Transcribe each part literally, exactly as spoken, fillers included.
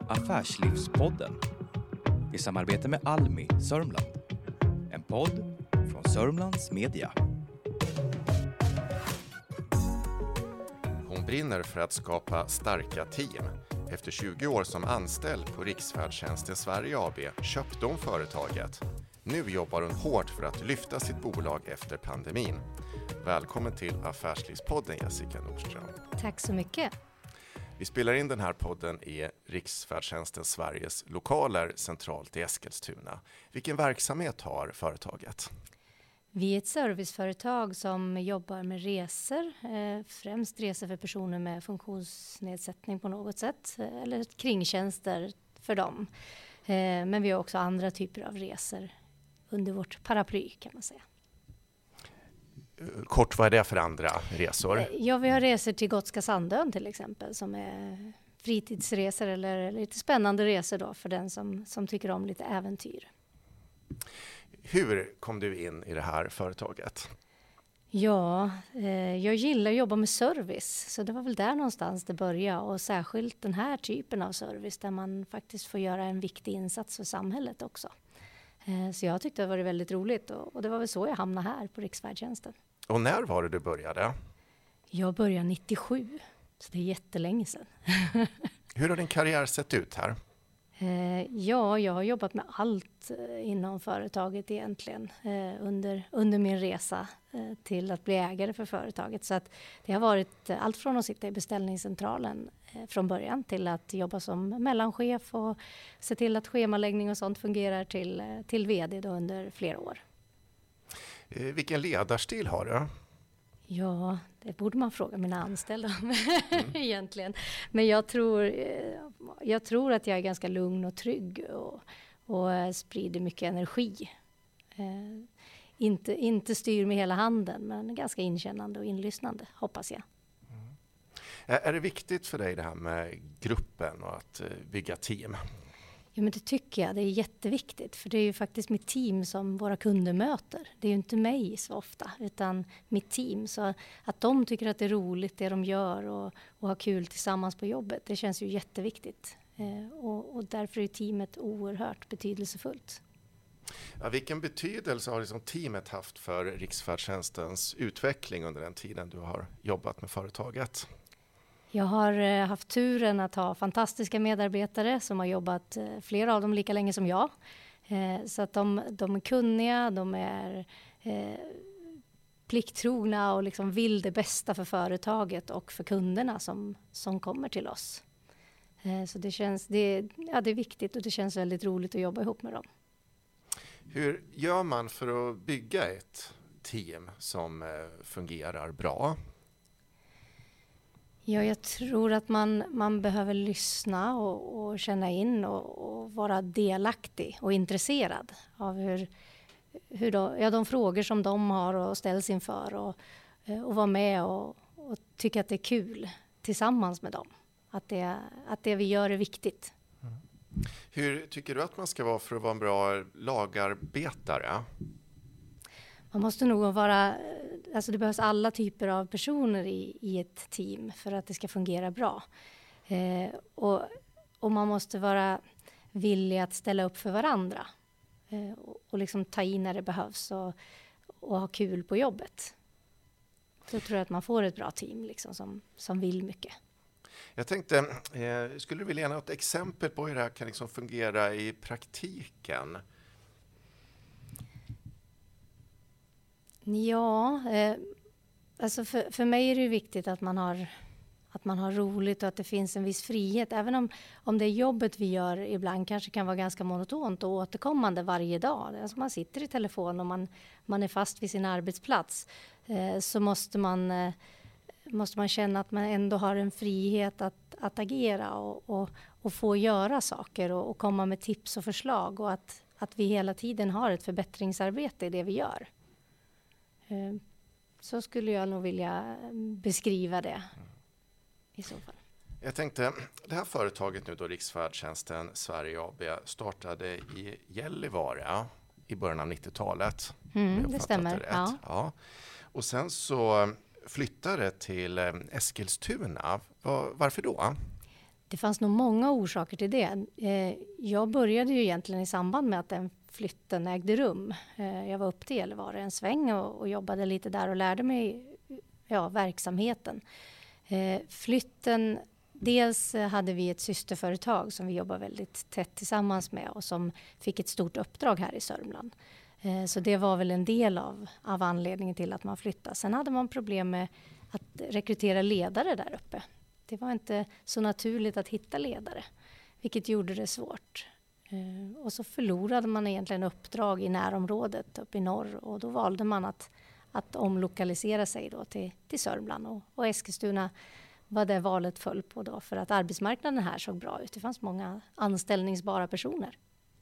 Affärslivspodden i samarbete med Almi Sörmland. En podd från Sörmlands Media. Hon brinner för att skapa starka team. Efter tjugo år som anställd på Riksfärdtjänsten Sverige A B köpte hon företaget. Nu jobbar hon hårt för att lyfta sitt bolag efter pandemin. Välkommen till Affärslivspodden, Jessica Nordström. Tack så mycket. Vi spelar in den här podden i Riksfärdtjänsten Sveriges lokaler centralt i Eskilstuna. Vilken verksamhet har företaget? Vi är ett serviceföretag som jobbar med resor, eh, främst resor för personer med funktionsnedsättning på något sätt, eh, eller kringtjänster för dem. Eh, men vi har också andra typer av resor under vårt paraply, kan man säga. Kort, vad är det för andra resor? Eh, ja, vi har resor till Gotska Sandön till exempel, som är fritidsresor eller lite spännande resor då för den som, som tycker om lite äventyr. Hur kom du in i det här företaget? Ja, eh, jag gillar att jobba med service, så det var väl där någonstans det började. Och särskilt den här typen av service där man faktiskt får göra en viktig insats för samhället också. Eh, så jag tyckte det var väldigt roligt och, och det var väl så jag hamnade här på Riksfärdtjänsten. Och när var det du började? Jag började nittiosju, så det är jättelänge sedan. Hur har din karriär sett ut här? Eh, ja, jag har jobbat med allt eh, inom företaget egentligen eh, under, under min resa eh, till att bli ägare för företaget. Så att det har varit eh, allt från att sitta i beställningscentralen eh, från början till att jobba som mellanchef och se till att schemaläggning och sånt fungerar till, eh, till vd då under flera år. Eh, vilken ledarstil har du? Ja, det borde man fråga mina anställda om mm. egentligen. Men jag tror, jag tror att jag är ganska lugn och trygg och, och sprider mycket energi. Eh, inte, inte styr med hela handen, men ganska inkännande och inlyssnande, hoppas jag. Mm. Är det viktigt för dig det här med gruppen och att bygga team? Ja, men det tycker jag. Det är jätteviktigt. För det är ju faktiskt mitt team som våra kunder möter. Det är ju inte mig så ofta, utan mitt team. Så att de tycker att det är roligt det de gör och, och har kul tillsammans på jobbet, det känns ju jätteviktigt. Eh, och, och därför är teamet oerhört betydelsefullt. Ja, vilken betydelse har liksom teamet haft för Riksfärdtjänstens utveckling under den tiden du har jobbat med företaget? Jag har haft turen att ha fantastiska medarbetare som har jobbat, flera av dem lika länge som jag. Så att de, de är kunniga, de är eh, plikttrogna och liksom vill det bästa för företaget och för kunderna som, som kommer till oss. Eh, så det känns, det, ja, det är viktigt och det känns väldigt roligt att jobba ihop med dem. Hur gör man för att bygga ett team som eh, fungerar bra? Ja, jag tror att man, man behöver lyssna och, och känna in och, och vara delaktig och intresserad av hur, hur de, ja, de frågor som de har och ställs inför och, och vara med och, och tycka att det är kul tillsammans med dem. Att det, att det vi gör är viktigt. Mm. Hur tycker du att man ska vara för att vara en bra lagarbetare? Man måste nog vara, alltså det behövs alla typer av personer i, i ett team för att det ska fungera bra. Eh, och, och man måste vara villig att ställa upp för varandra. Eh, och, och liksom ta in när det behövs och, och ha kul på jobbet. Då tror jag att man får ett bra team liksom, som, som vill mycket. Jag tänkte, eh, skulle du vilja ge något exempel på hur det här kan liksom fungera i praktiken? Ja, eh, alltså för, för mig är det viktigt att man, har, att man har roligt och att det finns en viss frihet. Även om, om det jobbet vi gör ibland kanske kan vara ganska monotont och återkommande varje dag. Alltså man sitter i telefon och man, man är fast vid sin arbetsplats. Eh, så måste man, eh, måste man känna att man ändå har en frihet att, att agera och, och, och få göra saker och, och komma med tips och förslag. Och att, att vi hela tiden har ett förbättringsarbete i det vi gör. Så skulle jag nog vilja beskriva det i så fall. Jag tänkte, det här företaget nu då, Riksfärdtjänsten Sverige A B, startade i Gällivare i början av nittiotalet. Mm, det stämmer. Det ja. Ja. Och sen så flyttade till Eskilstuna. Var, varför då? Det fanns nog många orsaker till det. Jag började ju egentligen i samband med att den flytten ägde rum. Jag var upp till Gällivare en sväng och, och jobbade lite där och lärde mig ja, verksamheten. Flytten, dels hade vi ett systerföretag som vi jobbar väldigt tätt tillsammans med och som fick ett stort uppdrag här i Sörmland. Så det var väl en del av, av anledningen till att man flyttade. Sen hade man problem med att rekrytera ledare där uppe. Det var inte så naturligt att hitta ledare, vilket gjorde det svårt. Eh, och så förlorade man egentligen uppdrag i närområdet uppe i norr och då valde man att, att omlokalisera sig då till, till Sörmland och, och Eskilstuna var det valet föll på då för att arbetsmarknaden här såg bra ut. Det fanns många anställningsbara personer.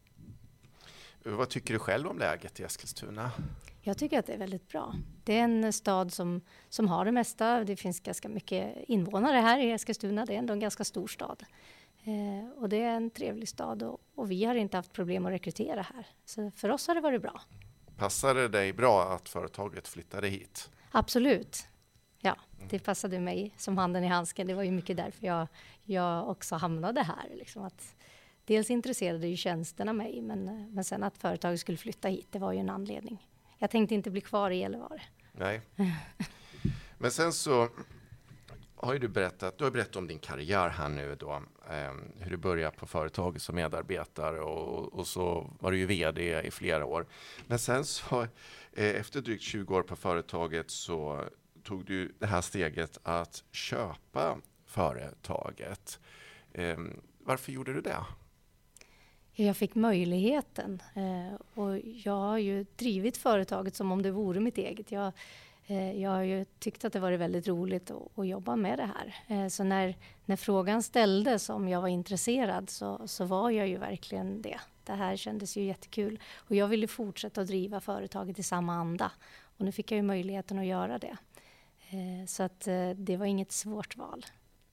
Vad tycker du själv om läget i Eskilstuna? Jag tycker att det är väldigt bra. Det är en stad som, som har det mesta. Det finns ganska mycket invånare här i Eskilstuna. Det är ändå en ganska stor stad. Eh, och det är en trevlig stad och, och vi har inte haft problem att rekrytera här. Så för oss har det varit bra. Passade det dig bra att företaget flyttade hit? Absolut. Ja, det passade mig som handen i handsken. Det var ju mycket därför jag, jag också hamnade här. Liksom att dels intresserade ju tjänsterna mig men, men sen att företaget skulle flytta hit, det var ju en anledning. Jag tänkte inte bli kvar i Gällivare. Nej. Men sen så har ju du berättat, du har berättat om din karriär här nu då. Eh, hur du började på företaget som medarbetare och, och så var du ju vd i flera år. Men sen så eh, efter drygt tjugo år på företaget så tog du det här steget att köpa företaget. Eh, varför gjorde du det? Jag fick möjligheten eh, och jag har ju drivit företaget som om det vore mitt eget. Jag, eh, jag har ju tyckt att det varit väldigt roligt att, att jobba med det här. Eh, så när, när frågan ställdes om jag var intresserad så, så var jag ju verkligen det. Det här kändes ju jättekul och jag ville fortsätta att driva företaget i samma anda. Och nu fick jag ju möjligheten att göra det. Eh, så att eh, det var inget svårt val.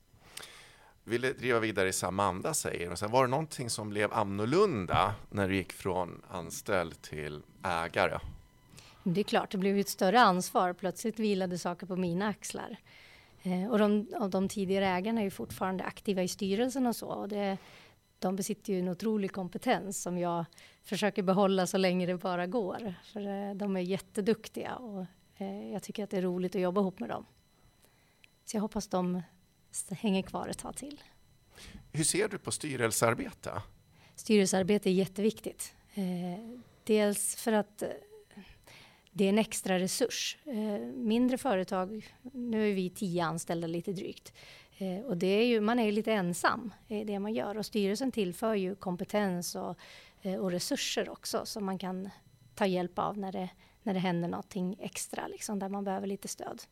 Ville driva vidare i samma anda, säger och sen var det någonting som blev annorlunda när du gick från anställd till ägare? Det är klart, det blev ett större ansvar. Plötsligt vilade saker på mina axlar. Eh, och de, och de tidigare ägarna är ju fortfarande aktiva i styrelsen och så. Och det, de besitter ju en otrolig kompetens som jag försöker behålla så länge det bara går. För eh, de är jätteduktiga och eh, jag tycker att det är roligt att jobba ihop med dem. Så jag hoppas de hänger kvar ett tag till. Hur ser du på styrelsearbete? Styrelsearbete är jätteviktigt. Eh, dels för att eh, det är en extra resurs. Eh, mindre företag, nu är vi tio anställda lite drygt. Eh, och det är ju, man är ju lite ensam i det man gör. Och styrelsen tillför ju kompetens och, eh, och resurser också som man kan ta hjälp av när det, när det händer någonting extra, liksom, där man behöver lite stöd.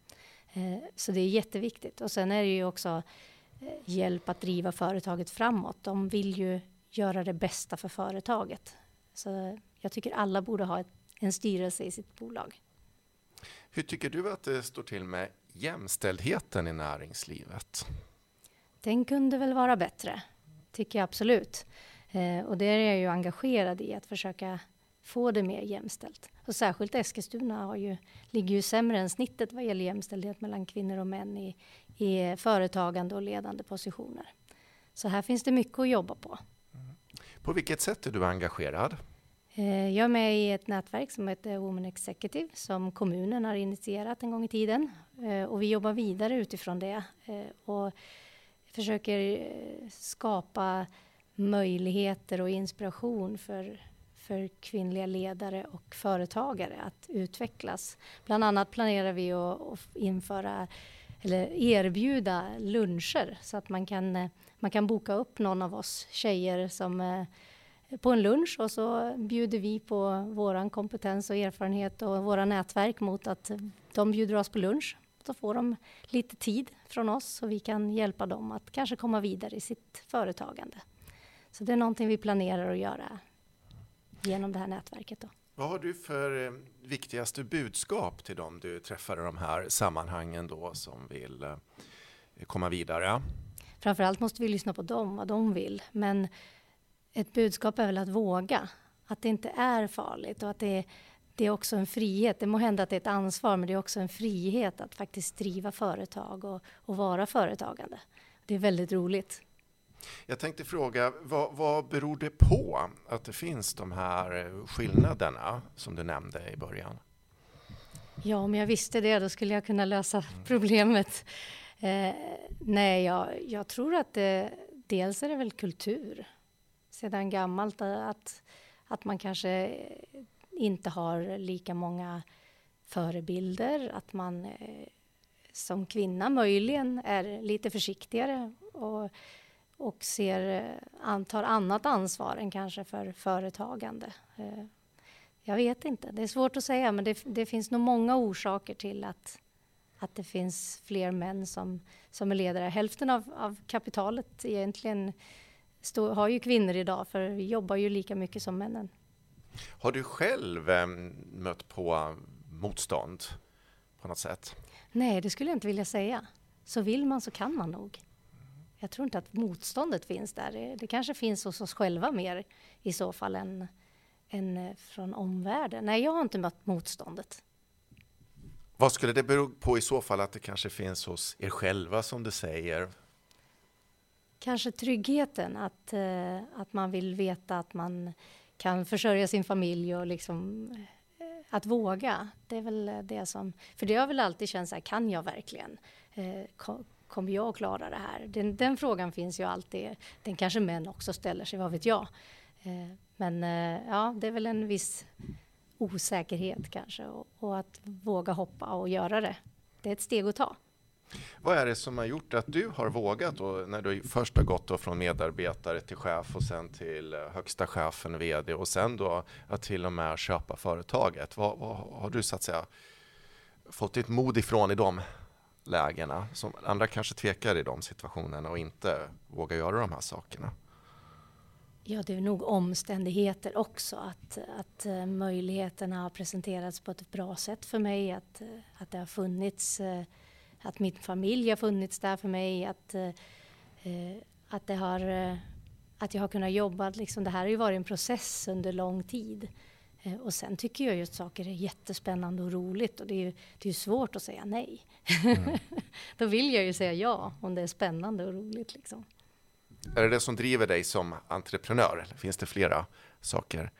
Så det är jätteviktigt. Och sen är det ju också hjälp att driva företaget framåt. De vill ju göra det bästa för företaget. Så jag tycker alla borde ha ett, en styrelse i sitt bolag. Hur tycker du att det står till med jämställdheten i näringslivet? Den kunde väl vara bättre, tycker jag absolut. Och det är jag ju engagerad i att försöka få det mer jämställt. Och särskilt Eskilstuna har ju, ligger ju sämre än snittet vad gäller jämställdhet mellan kvinnor och män i, i företagande och ledande positioner. Så här finns det mycket att jobba på. Mm. På vilket sätt är du engagerad? Jag är med i ett nätverk som heter Women Executive som kommunen har initierat en gång i tiden. Och vi jobbar vidare utifrån det och försöker skapa möjligheter och inspiration för för kvinnliga ledare och företagare att utvecklas. Bland annat planerar vi att, att införa eller erbjuda luncher så att man kan, man kan boka upp någon av oss tjejer som, på en lunch och så bjuder vi på våran kompetens och erfarenhet och våra nätverk mot att de bjuder oss på lunch. Så får de lite tid från oss så vi kan hjälpa dem att kanske komma vidare i sitt företagande. Så det är någonting vi planerar att göra genom det här nätverket då. Vad har du för eh, viktigaste budskap till dem du träffar i de här sammanhangen då som vill eh, komma vidare? Framförallt måste vi lyssna på dem, vad de vill. Men ett budskap är väl att våga. Att det inte är farligt och att det är, det är också en frihet. Det må hända att det är ett ansvar men det är också en frihet att faktiskt driva företag och, och vara företagande. Det är väldigt roligt. Jag tänkte fråga, vad, vad beror det på att det finns de här skillnaderna som du nämnde i början? Ja, om jag visste det då skulle jag kunna lösa problemet. Eh, nej, jag, jag tror att det, dels är det väl kultur sedan gammalt att, att man kanske inte har lika många förebilder, att man eh, som kvinna möjligen är lite försiktigare och, och ser, antar annat ansvar än kanske för företagande. Eh, jag vet inte, det är svårt att säga, men det, det finns nog många orsaker till att, att det finns fler män som, som är ledare. Hälften av, av kapitalet egentligen stå, har ju kvinnor idag, för vi jobbar ju lika mycket som männen. Har du själv eh, mött på motstånd på något sätt? Nej, det skulle jag inte vilja säga. Så vill man så kan man nog. Jag tror inte att motståndet finns där. Det, det kanske finns hos oss själva mer i så fall än, än från omvärlden. Nej, jag har inte mött motståndet. Vad skulle det bero på i så fall att det kanske finns hos er själva som du säger? Kanske tryggheten, att, eh, att man vill veta att man kan försörja sin familj och liksom eh, att våga. Det är väl det som, för det har väl alltid känt så här, kan jag verkligen? Eh, kom, kommer jag att klara det här? Den, den frågan finns ju alltid, den kanske män också ställer sig, vad vet jag? Eh, men eh, ja, det är väl en viss osäkerhet kanske och, och att våga hoppa och göra det. Det är ett steg att ta. Vad är det som har gjort att du har vågat då, när du först har gått då från medarbetare till chef och sen till högsta chefen, vd och sen då att till och med köpa företaget? Vad, vad har du så att säga fått ditt mod ifrån i de lägena som andra kanske tvekar i de situationerna och inte vågar göra de här sakerna? Ja, det är nog omständigheter också. Att, att uh, möjligheterna har presenterats på ett bra sätt för mig. Att, uh, att det har funnits, uh, att min familj har funnits där för mig. Att, uh, uh, att, det har, uh, att jag har kunnat jobba. Liksom, det här har ju varit en process under lång tid. Uh, och sen tycker jag ju att saker är jättespännande och roligt. Och det är ju, det är ju svårt att säga nej. Mm. Då vill jag ju säga ja om det är spännande och roligt liksom. Är det det som driver dig som entreprenör? Eller finns det flera saker?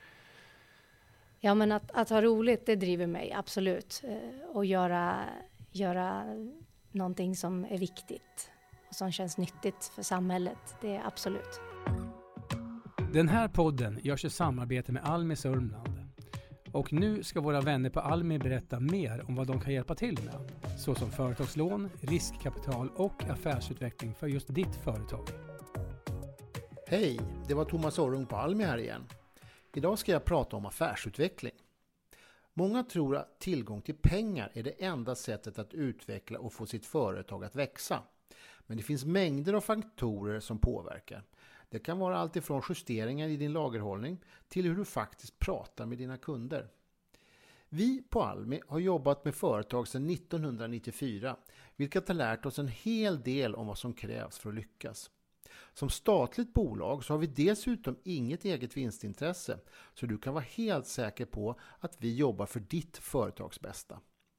Ja, men att, att ha roligt, det driver mig absolut. Eh, och göra, göra någonting som är viktigt och som känns nyttigt för samhället, det är absolut. Den här podden görs i samarbete med Almi Sörmland. Och nu ska våra vänner på Almi berätta mer om vad de kan hjälpa till med. Såsom företagslån, riskkapital och affärsutveckling för just ditt företag. Hej, det var Thomas Orrung på Almi här igen. Idag ska jag prata om affärsutveckling. Många tror att tillgång till pengar är det enda sättet att utveckla och få sitt företag att växa. Men det finns mängder av faktorer som påverkar. Det kan vara allt ifrån justeringar i din lagerhållning till hur du faktiskt pratar med dina kunder. Vi på Almi har jobbat med företag sedan nittonhundranittiofyra, vilket har lärt oss en hel del om vad som krävs för att lyckas. Som statligt bolag så har vi dessutom inget eget vinstintresse, så du kan vara helt säker på att vi jobbar för ditt företags bästa.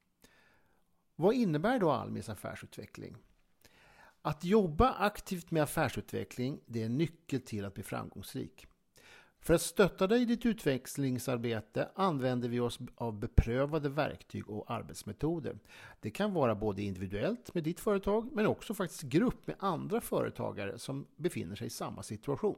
Vad innebär då Almis affärsutveckling? Att jobba aktivt med affärsutveckling, det är en nyckel till att bli framgångsrik. För att stötta dig i ditt utvecklingsarbete använder vi oss av beprövade verktyg och arbetsmetoder. Det kan vara både individuellt med ditt företag men också faktiskt grupp med andra företagare som befinner sig i samma situation.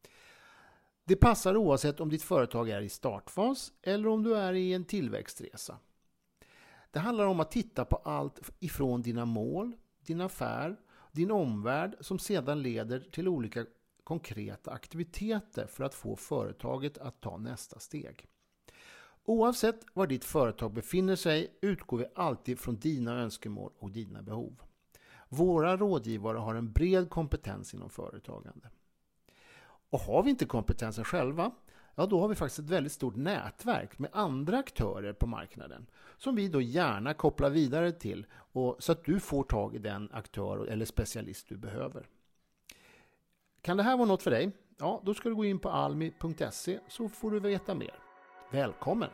Det passar oavsett om ditt företag är i startfas eller om du är i en tillväxtresa. Det handlar om att titta på allt ifrån dina mål, din affär, din omvärld som sedan leder till olika konkreta aktiviteter för att få företaget att ta nästa steg. Oavsett var ditt företag befinner sig utgår vi alltid från dina önskemål och dina behov. Våra rådgivare har en bred kompetens inom företagande. Och har vi inte kompetensen själva, ja då har vi faktiskt ett väldigt stort nätverk med andra aktörer på marknaden som vi då gärna kopplar vidare till och så att du får tag i den aktör eller specialist du behöver. Kan det här vara något för dig? Ja, då ska du gå in på almi punkt se så får du veta mer. Välkommen!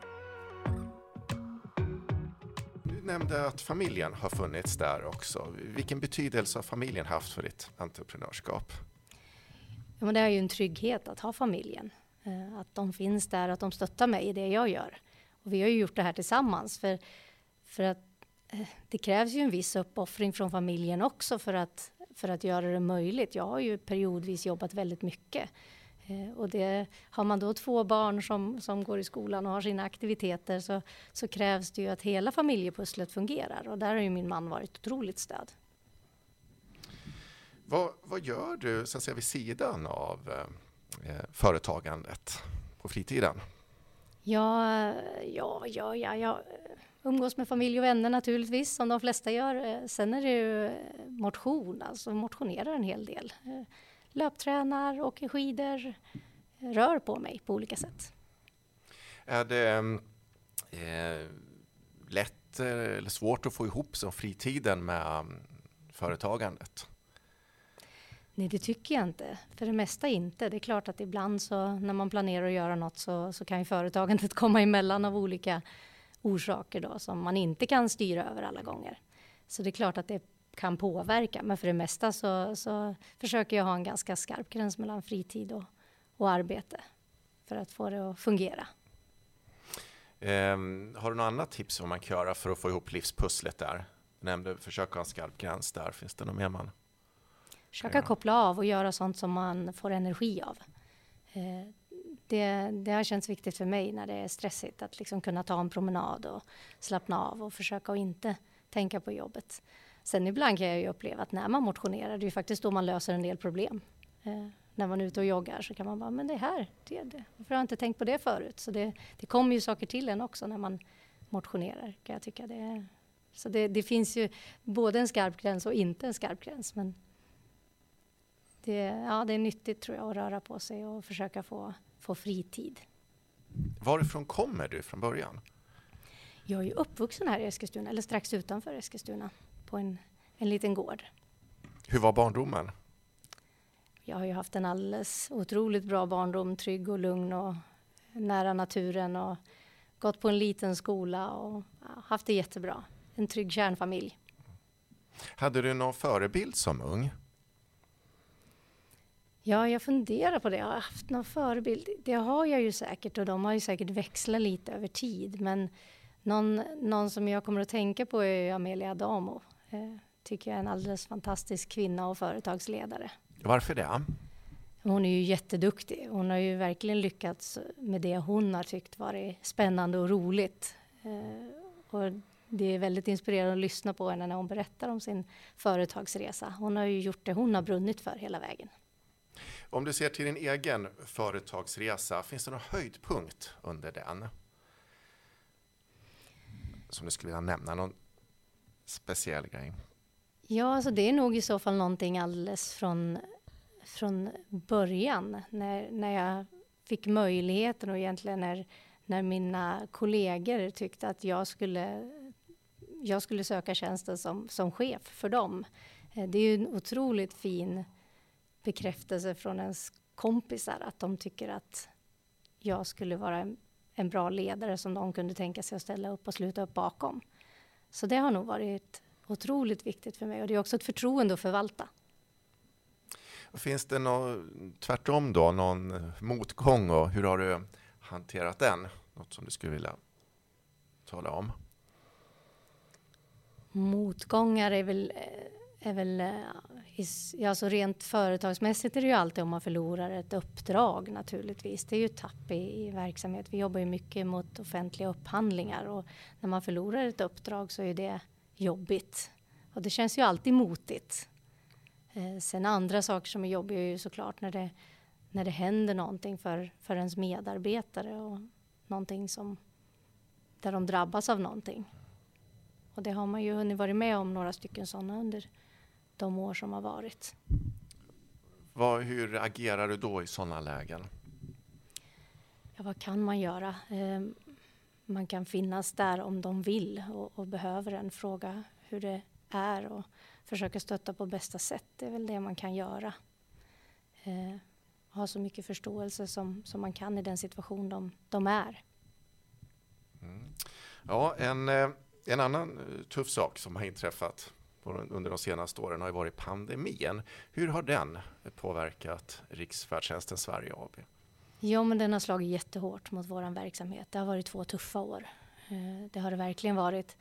Du nämnde att familjen har funnits där också. Vilken betydelse har familjen haft för ditt entreprenörskap? Ja, men det är ju en trygghet att ha familjen. Eh, att de finns där, att de stöttar mig i det jag gör. Och vi har ju gjort det här tillsammans. För, för att eh, det krävs ju en viss uppoffring från familjen också för att, för att göra det möjligt. Jag har ju periodvis jobbat väldigt mycket. Eh, och det, har man då två barn som, som går i skolan och har sina aktiviteter så, så krävs det ju att hela familjepusslet fungerar. Och där har ju min man varit otroligt stöd. Vad, vad gör du så att säga, vid sidan av eh, företagandet på fritiden? Ja, ja, ja, ja, jag umgås med familj och vänner naturligtvis, som de flesta gör. Sen är det ju motion, alltså motionerar en hel del. Löptränar, åker skidor, rör på mig på olika sätt. Är det eh, lätt eller svårt att få ihop som fritiden med um, företagandet? Nej, det tycker jag inte. För det mesta inte. Det är klart att ibland så när man planerar att göra något så, så kan ju företagandet komma emellan av olika orsaker då, som man inte kan styra över alla gånger. Så det är klart att det kan påverka. Men för det mesta så, så försöker jag ha en ganska skarp gräns mellan fritid och, och arbete för att få det att fungera. Eh, har du något annat tips om man kan göra för att få ihop livspusslet där? Du nämnde försöka ha en skarp gräns där. Finns det något mer man... Försöka koppla av och göra sånt som man får energi av. Eh, det, det har känts viktigt för mig när det är stressigt att liksom kunna ta en promenad och slappna av och försöka att inte tänka på jobbet. Sen ibland kan jag ju uppleva att när man motionerar, det är ju faktiskt då man löser en del problem. Eh, när man är ute och joggar så kan man bara, men det här, det, det. Varför har jag inte tänkt på det förut? Så det, det kommer ju saker till en också när man motionerar, kan jag tycka. Det, så det, det finns ju både en skarp gräns och inte en skarp gräns, men Det, ja, det är nyttigt tror jag att röra på sig och försöka få, få fritid. Varifrån kommer du från början? Jag är ju uppvuxen här i Eskilstuna, eller strax utanför Eskilstuna, på en, en liten gård. Hur var barndomen? Jag har ju haft en alldeles otroligt bra barndom, trygg och lugn och nära naturen och gått på en liten skola och ja, haft det jättebra. En trygg kärnfamilj. Hade du någon förebild som ung? Ja, jag funderar på det. Jag har haft någon förebild. Det har jag ju säkert och de har ju säkert växlat lite över tid. Men någon, någon som jag kommer att tänka på är Amelia Adamo. Eh, tycker jag är en alldeles fantastisk kvinna och företagsledare. Varför det? Hon är ju jätteduktig. Hon har ju verkligen lyckats med det hon har tyckt varit spännande och roligt. Eh, och det är väldigt inspirerande att lyssna på henne när hon berättar om sin företagsresa. Hon har ju gjort det hon har brunnit för hela vägen. Om du ser till din egen företagsresa, finns det någon höjdpunkt under den? Som du skulle vilja nämna, någon speciell grej? Ja, alltså det är nog i så fall någonting alldeles från, från början. När, när jag fick möjligheten och egentligen när, när mina kollegor tyckte att jag skulle, jag skulle söka tjänsten som, som chef för dem. Det är ju en otroligt fin bekräftelse från ens kompisar att de tycker att jag skulle vara en, en bra ledare som de kunde tänka sig att ställa upp och sluta upp bakom. Så det har nog varit otroligt viktigt för mig och det är också ett förtroende att förvalta. Finns det något, tvärtom då, någon motgång och hur har du hanterat den? Något som du skulle vilja tala om? Motgångar är väl... är väl ja, så rent företagsmässigt är det ju alltid om man förlorar ett uppdrag naturligtvis. Det är ju ett tapp i, i verksamhet. Vi jobbar ju mycket mot offentliga upphandlingar och när man förlorar ett uppdrag så är det jobbigt. Och det känns ju alltid motigt. Eh, sen andra saker som är jobbiga är ju såklart när det, när det händer någonting för, för ens medarbetare och någonting som, där de drabbas av någonting. Och det har man ju hunnit vara med om några stycken sådana under de år som har varit. Vad, hur agerar du då i sådana lägen? Ja, vad kan man göra? Eh, man kan finnas där om de vill och, och behöver en fråga hur det är och försöka stötta på bästa sätt. Det är väl det man kan göra. Eh, ha så mycket förståelse som, som man kan i den situation de, de är. Mm. Ja, en, en annan tuff sak som har inträffat under de senaste åren har ju varit pandemin. Hur har den påverkat Riksfärdtjänsten Sverige A B? Ja, men den har slagit jättehårt mot vår verksamhet. Det har varit två tuffa år. Det har det verkligen varit.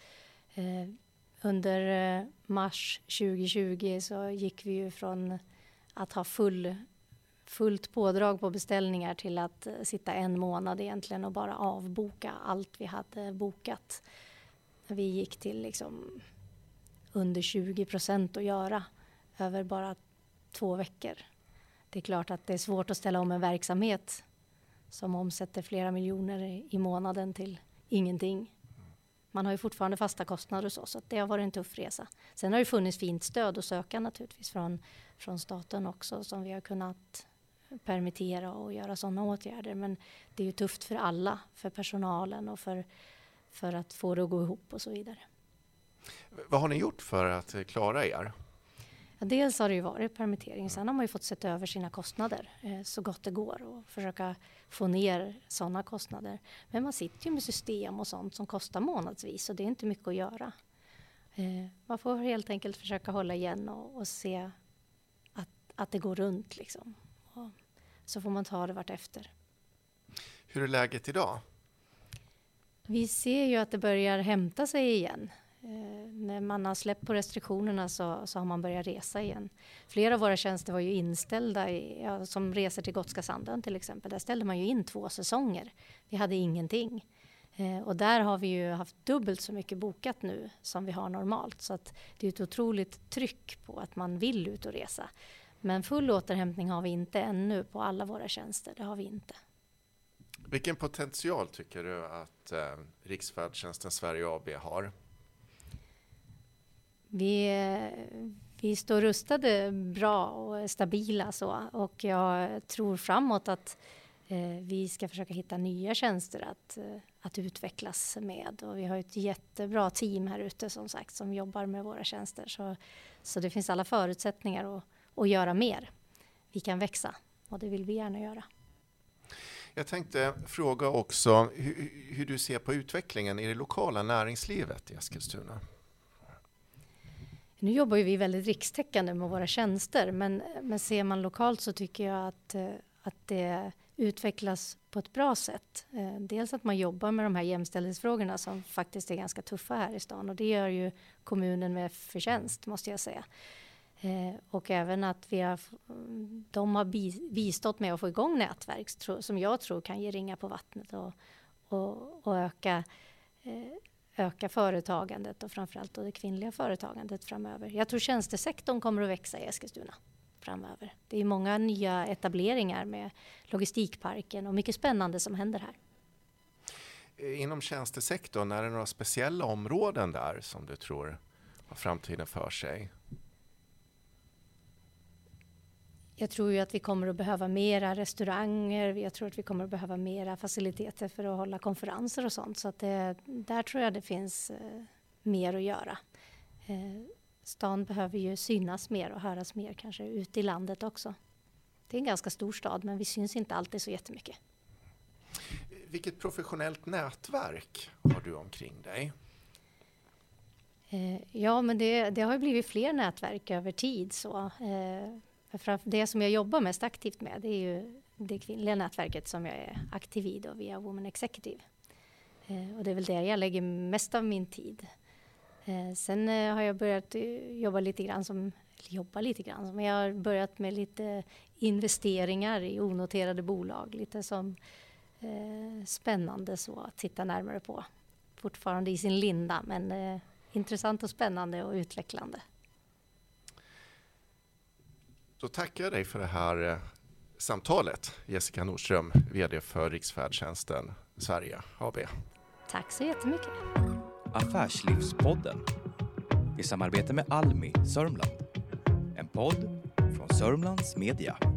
Under mars tjugo tjugo så gick vi ju från att ha full, fullt pådrag på beställningar till att sitta en månad egentligen och bara avboka allt vi hade bokat. Vi gick till liksom under tjugo procent att göra över bara två veckor. Det är klart att det är svårt att ställa om en verksamhet som omsätter flera miljoner i månaden till ingenting. Man har ju fortfarande fasta kostnader och så, så det har varit en tuff resa. Sen har det funnits fint stöd att söka naturligtvis från, från staten också, som vi har kunnat permittera och göra sådana åtgärder. Men det är ju tufft för alla, för personalen och för, för att få det att gå ihop och så vidare. Vad har ni gjort för att klara er? Ja, dels har det ju varit permittering. Sen har man ju fått sätta över sina kostnader eh, så gott det går och försöka få ner sådana kostnader. Men man sitter ju med system och sånt som kostar månadsvis och det är inte mycket att göra. Eh, man får helt enkelt försöka hålla igen och, och se att, att det går runt liksom. Och så får man ta det vart efter. Hur är läget idag? Vi ser ju att det börjar hämta sig igen. Eh, när man har släppt på restriktionerna så, så har man börjat resa igen. Flera av våra tjänster var ju inställda, i, ja, som resor till Gotska Sandön till exempel. Där ställde man ju in två säsonger. Vi hade ingenting. Eh, och där har vi ju haft dubbelt så mycket bokat nu som vi har normalt. Så att det är ett otroligt tryck på att man vill ut och resa. Men full återhämtning har vi inte ännu på alla våra tjänster. Det har vi inte. Vilken potential tycker du att eh, Riksfärdtjänsten Sverige A B har? Vi, vi står rustade bra och stabila så, och jag tror framåt att eh, vi ska försöka hitta nya tjänster att, eh, att utvecklas med. Och vi har ett jättebra team här ute som sagt som jobbar med våra tjänster. Så, så det finns alla förutsättningar att, att göra mer. Vi kan växa och det vill vi gärna göra. Jag tänkte fråga också hur, hur du ser på utvecklingen i det lokala näringslivet i Eskilstuna. Nu jobbar ju vi väldigt rikstäckande med våra tjänster, men, men ser man lokalt så tycker jag att, att det utvecklas på ett bra sätt. Dels att man jobbar med de här jämställdhetsfrågorna som faktiskt är ganska tuffa här i stan, och det gör ju kommunen med förtjänst måste jag säga. Och även att vi har, de har bistått med att få igång nätverk som jag tror kan ge ringar på vattnet och, och, och öka öka företagandet och framförallt då det kvinnliga företagandet framöver. Jag tror tjänstesektorn kommer att växa i Eskilstuna framöver. Det är många nya etableringar med logistikparken och mycket spännande som händer här. Inom tjänstesektorn, är det några speciella områden där som du tror har framtiden för sig? Jag tror ju att vi kommer att behöva mera restauranger. Jag tror att vi kommer att behöva mera faciliteter för att hålla konferenser och sånt. Så att det, där tror jag det finns eh, mer att göra. Eh, stan behöver ju synas mer och höras mer kanske ute i landet också. Det är en ganska stor stad, men vi syns inte alltid så jättemycket. Vilket professionellt nätverk har du omkring dig? Eh, ja, men det, det har ju blivit fler nätverk över tid så. Eh, Det som jag jobbar mest aktivt med, det är ju det kvinnliga nätverket som jag är aktiv i då via Women Executive. Eh, och det är väl det jag lägger mest av min tid. Eh, sen eh, har jag börjat jobba lite grann som, eller jobba lite grann, men jag har börjat med lite investeringar i onoterade bolag. Lite som eh, spännande så att titta närmare på. Fortfarande i sin linda, men eh, intressant och spännande och utvecklande. Då tackar jag dig för det här eh, samtalet, Jessica Nordström, vd för Riksfärdtjänsten Sverige A B. Tack så jättemycket. Affärslivspodden i samarbete med Almi Sörmland. En podd från Sörmlands Media.